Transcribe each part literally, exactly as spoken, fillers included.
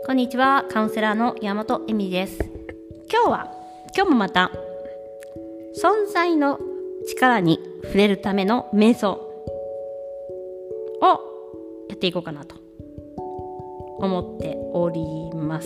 こんにちは、カウンセラーの山本恵美です。今日は今日もまた存在の力に触れるための瞑想をやっていこうかなと思っております。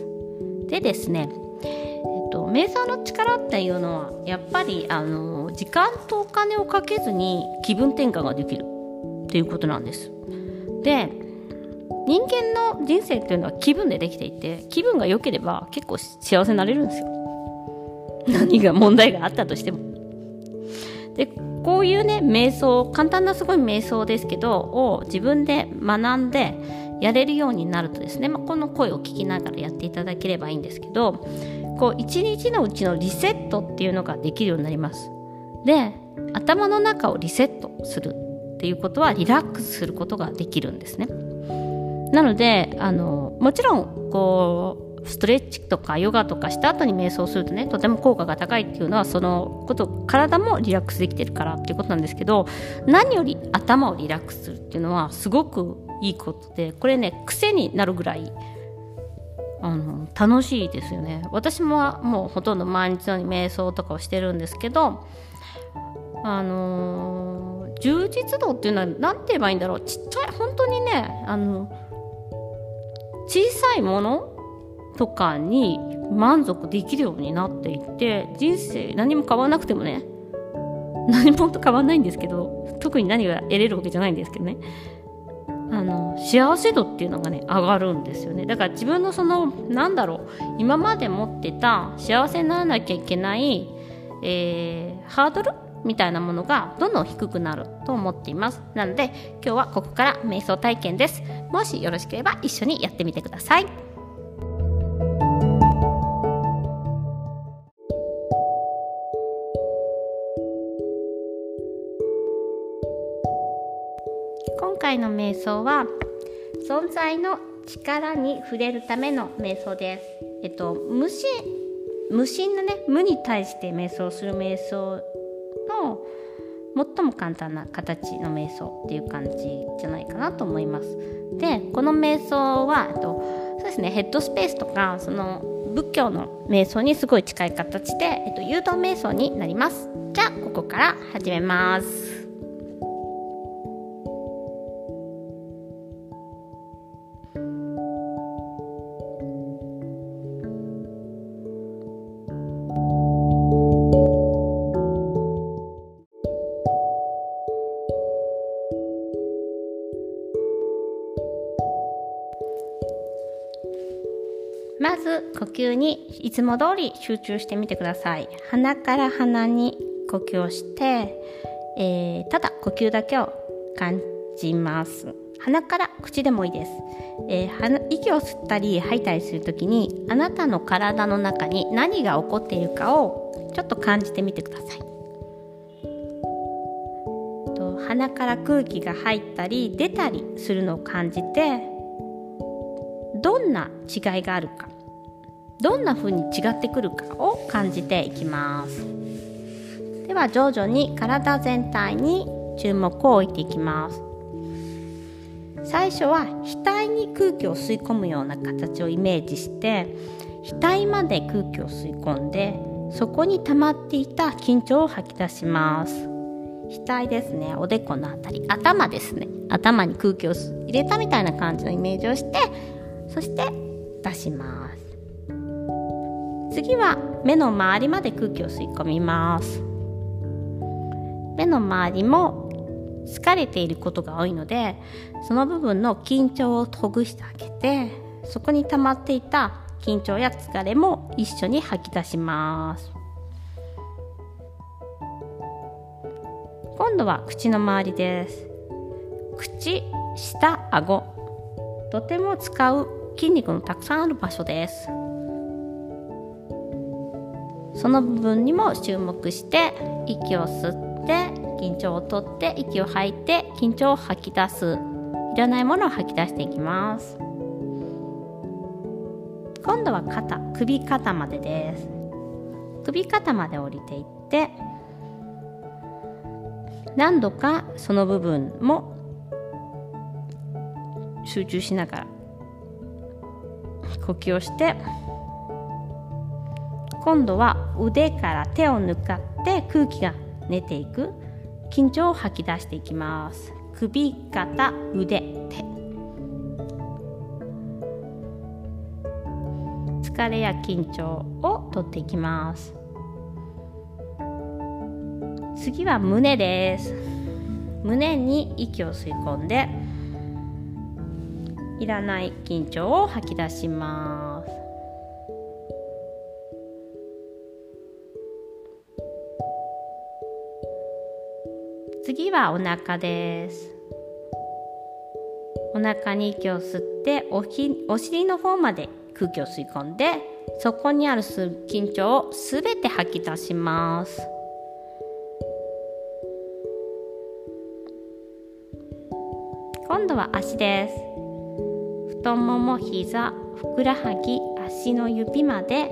でですね、えっと、瞑想の力っていうのはやっぱりあの時間とお金をかけずに気分転換ができるっていうことなんです。で、人間の人生っていうのは気分でできていて、気分が良ければ結構幸せになれるんですよ。何が問題があったとしても。で、こういうね瞑想、簡単なすごい瞑想ですけどを自分で学んでやれるようになるとですね、まあ、この声を聞きながらやっていただければいいんですけど、こう一日のうちのリセットっていうのができるようになります。で、頭の中をリセットするっていうことはリラックスすることができるんですね。なのであのもちろんこうストレッチとかヨガとかした後に瞑想するとね、とても効果が高いっていうのはそのこと、体もリラックスできてるからっていうことなんですけど、何より頭をリラックスするっていうのはすごくいいことで、これね癖になるぐらいあの楽しいですよね。私ももうほとんど毎日のように瞑想とかをしてるんですけど、あのー、充実度っていうのは何て言えばいいんだろう。ちっちゃい本当にね、あの小さいものとかに満足できるようになっていって、人生何も変わらなくてもね、何もと変わらないんですけど、特に何が得れるわけじゃないんですけどね、あの幸せ度っていうのがね上がるんですよね。だから自分のそのなんだろう、今まで持ってた幸せにならなきゃいけない、えー、ハードルみたいなものがどんどん低くなると思っています。なので今日はここから瞑想体験です。もしよろしければ一緒にやってみてください。今回の瞑想は存在の力に触れるための瞑想です。えっと無心無心なね、無に対して瞑想する瞑想の最も簡単な形の瞑想っていう感じじゃないかなと思います。で、この瞑想はえっとそうですね、ヘッドスペースとかその仏教の瞑想にすごい近い形で、えっと、誘導瞑想になります。じゃあここから始めます。まず呼吸にいつも通り集中してみてください。鼻から鼻に呼吸をして、えー、ただ呼吸だけを感じます。鼻から口でもいいです。えー、鼻息を吸ったり吐いたりするときに、あなたの体の中に何が起こっているかをちょっと感じてみてください。と鼻から空気が入ったり出たりするのを感じて、どんな違いがあるか、どんな風に違ってくるかを感じていきます。では徐々に体全体に注目を置いていきます。最初は額に空気を吸い込むような形をイメージして、額まで空気を吸い込んで、そこに溜まっていた緊張を吐き出します。額ですね、おでこのあたり、頭ですね、頭に空気を入れたみたいな感じのイメージをして、そして出します。次は目の周りまで空気を吸い込みます。目の周りも疲れていることが多いので、その部分の緊張をほぐしてあげて、そこに溜まっていた緊張や疲れも一緒に吐き出します。今度は口の周りです。口、下、顎、とても使う筋肉のたくさんある場所です。その部分にも注目して、息を吸って緊張を取って、息を吐いて緊張を吐き出す。いらないものを吐き出していきます。今度は肩、首肩までです。首肩まで降りていって、何度かその部分も集中しながら呼吸をして、今度は腕から手を抜かって空気が出ていく緊張を吐き出していきます。首、肩、腕、手。疲れや緊張を取っていきます。次は胸です。胸に息を吸い込んで、いらない緊張を吐き出します。次はお腹です。お腹に息を吸っておひ、お尻の方まで空気を吸い込んで、そこにある緊張をすべて吐き出します。今度は足です。太もも、膝、ふくらはぎ、足の指まで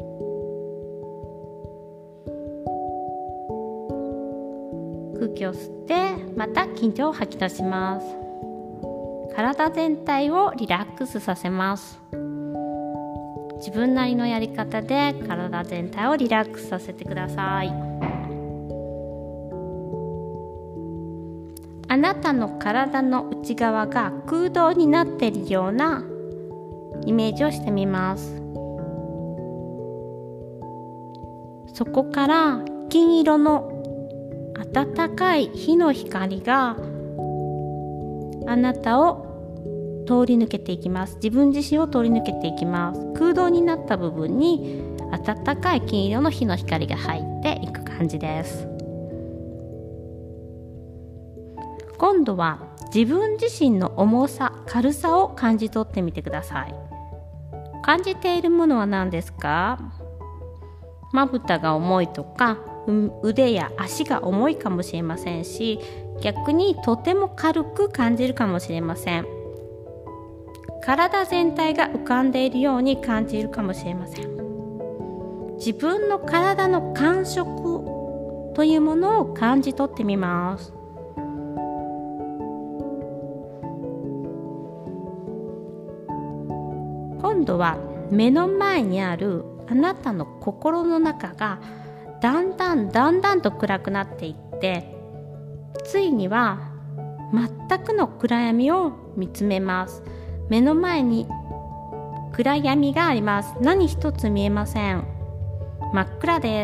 空気を吸って、また緊張を吐き出します。体全体をリラックスさせます。自分なりのやり方で体全体をリラックスさせてください。あなたの体の内側が空洞になっているようなイメージをしてみます。そこから金色の暖かい日の光があなたを通り抜けていきます。自分自身を通り抜けていきます。空洞になった部分に暖かい金色の日の光が入っていく感じです。今度は自分自身の重さ、軽さを感じ取ってみてください。感じているものは何ですか？まぶたが重いとか、腕や足が重いかもしれませんし、逆にとても軽く感じるかもしれません。体全体が浮かんでいるように感じるかもしれません。自分の体の感触というものを感じ取ってみます。今度は目の前にあるあなたの心の中がだんだんだんだんと暗くなっていって、ついには全くの暗闇を見つめます。目の前に暗闇があります。何一つ見えません。真っ暗です。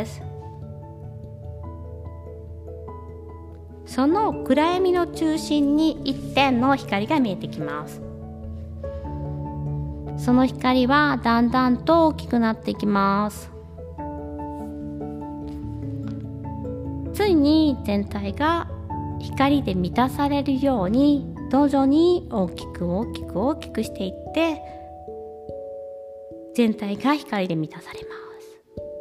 その暗闇の中心に一点の光が見えてきます。その光はだんだんと大きくなっていきます。ついに全体が光で満たされるように徐々に大きく大きく大きくしていって、全体が光で満たされます。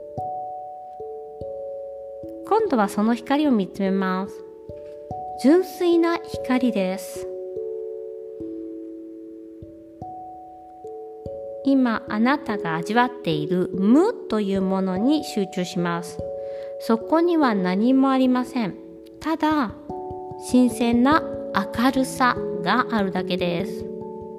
今度はその光を見つめます。純粋な光です。今あなたが味わっている無というものに集中します。そこには何もありません。ただ新鮮な明るさがあるだけです。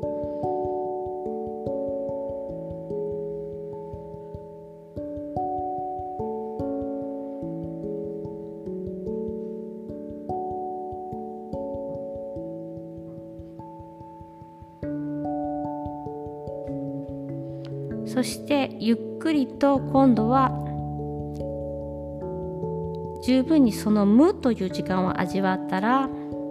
そしてゆっくりと今度は十分にその無という時間を味わったら、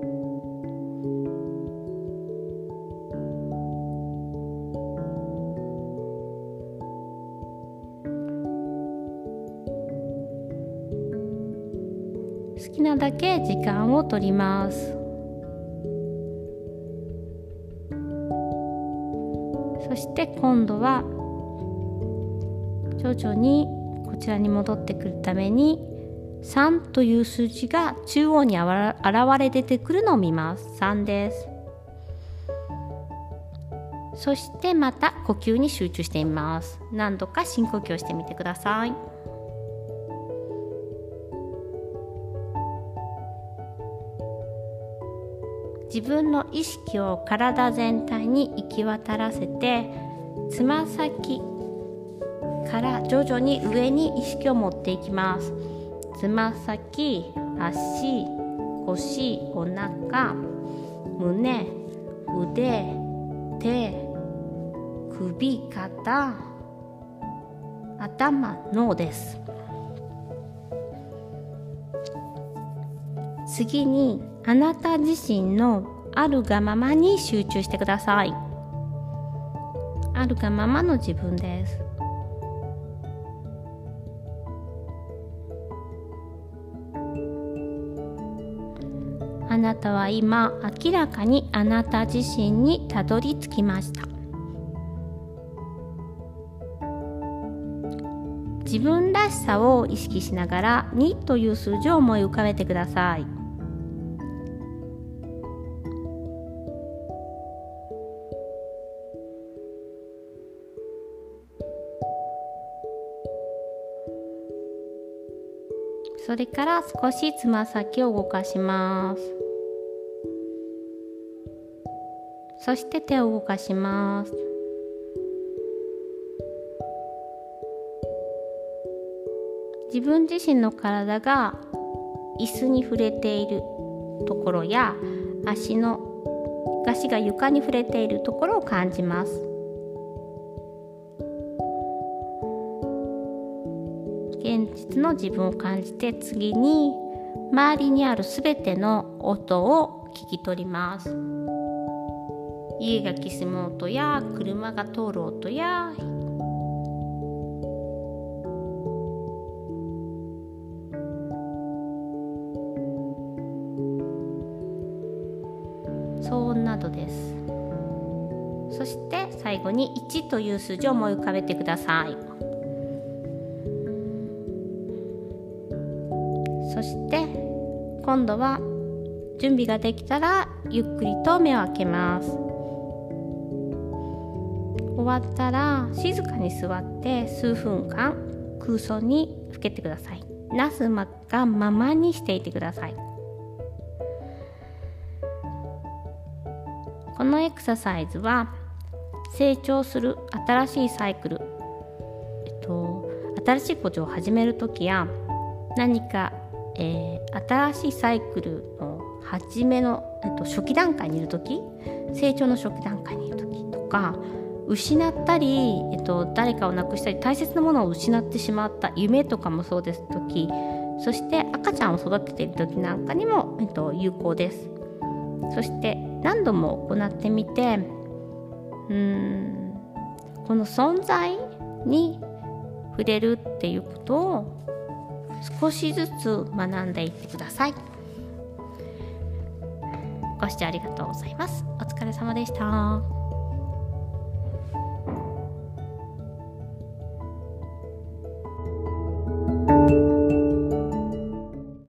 好きなだけ時間を取ります。そして今度は徐々にこちらに戻ってくるためにさんという数字が中央に現れ出てくるのを見ます。さんです。そしてまた呼吸に集中してみます。何度か深呼吸をしてみてください。自分の意識を体全体に行き渡らせて、 つま先から徐々に上に意識を持っていきます。つま先、足、腰、お腹、胸、腕、手、首、肩、頭、脳です。次にあなた自身のあるがままに集中してください。あるがままの自分です。あなたは今明らかにあなた自身にたどり着きました。自分らしさを意識しながらにという数字を思い浮かべてください。それから少しつま先を動かします。そして手を動かします。自分自身の体が椅子に触れているところや足の足が床に触れているところを感じます。現実の自分を感じて、次に周りにあるすべての音を聞き取ります。家がきすむ音や車が通る音や騒音などです。そして最後にいちという数字を思い浮かべてください。そして今度は準備ができたらゆっくりと目を開けます。終わったら静かに座って数分間空想にふけてください。なすがままにしていてください。このエクササイズは成長する新しいサイクル、えっと、新しいことを始めるときや何かえー、新しいサイクルの初めの、えっと、初期段階にいるとき、成長の初期段階にいるときとか、失ったり、えっと、誰かを亡くしたり大切なものを失ってしまった夢とかもそうですとき、そして赤ちゃんを育てているときなんかにも、えっと、有効です。そして何度も行ってみて、うーんこの存在に触れるっていうことを少しずつ学んでいってください。ご視聴ありがとうございます。お疲れ様でした。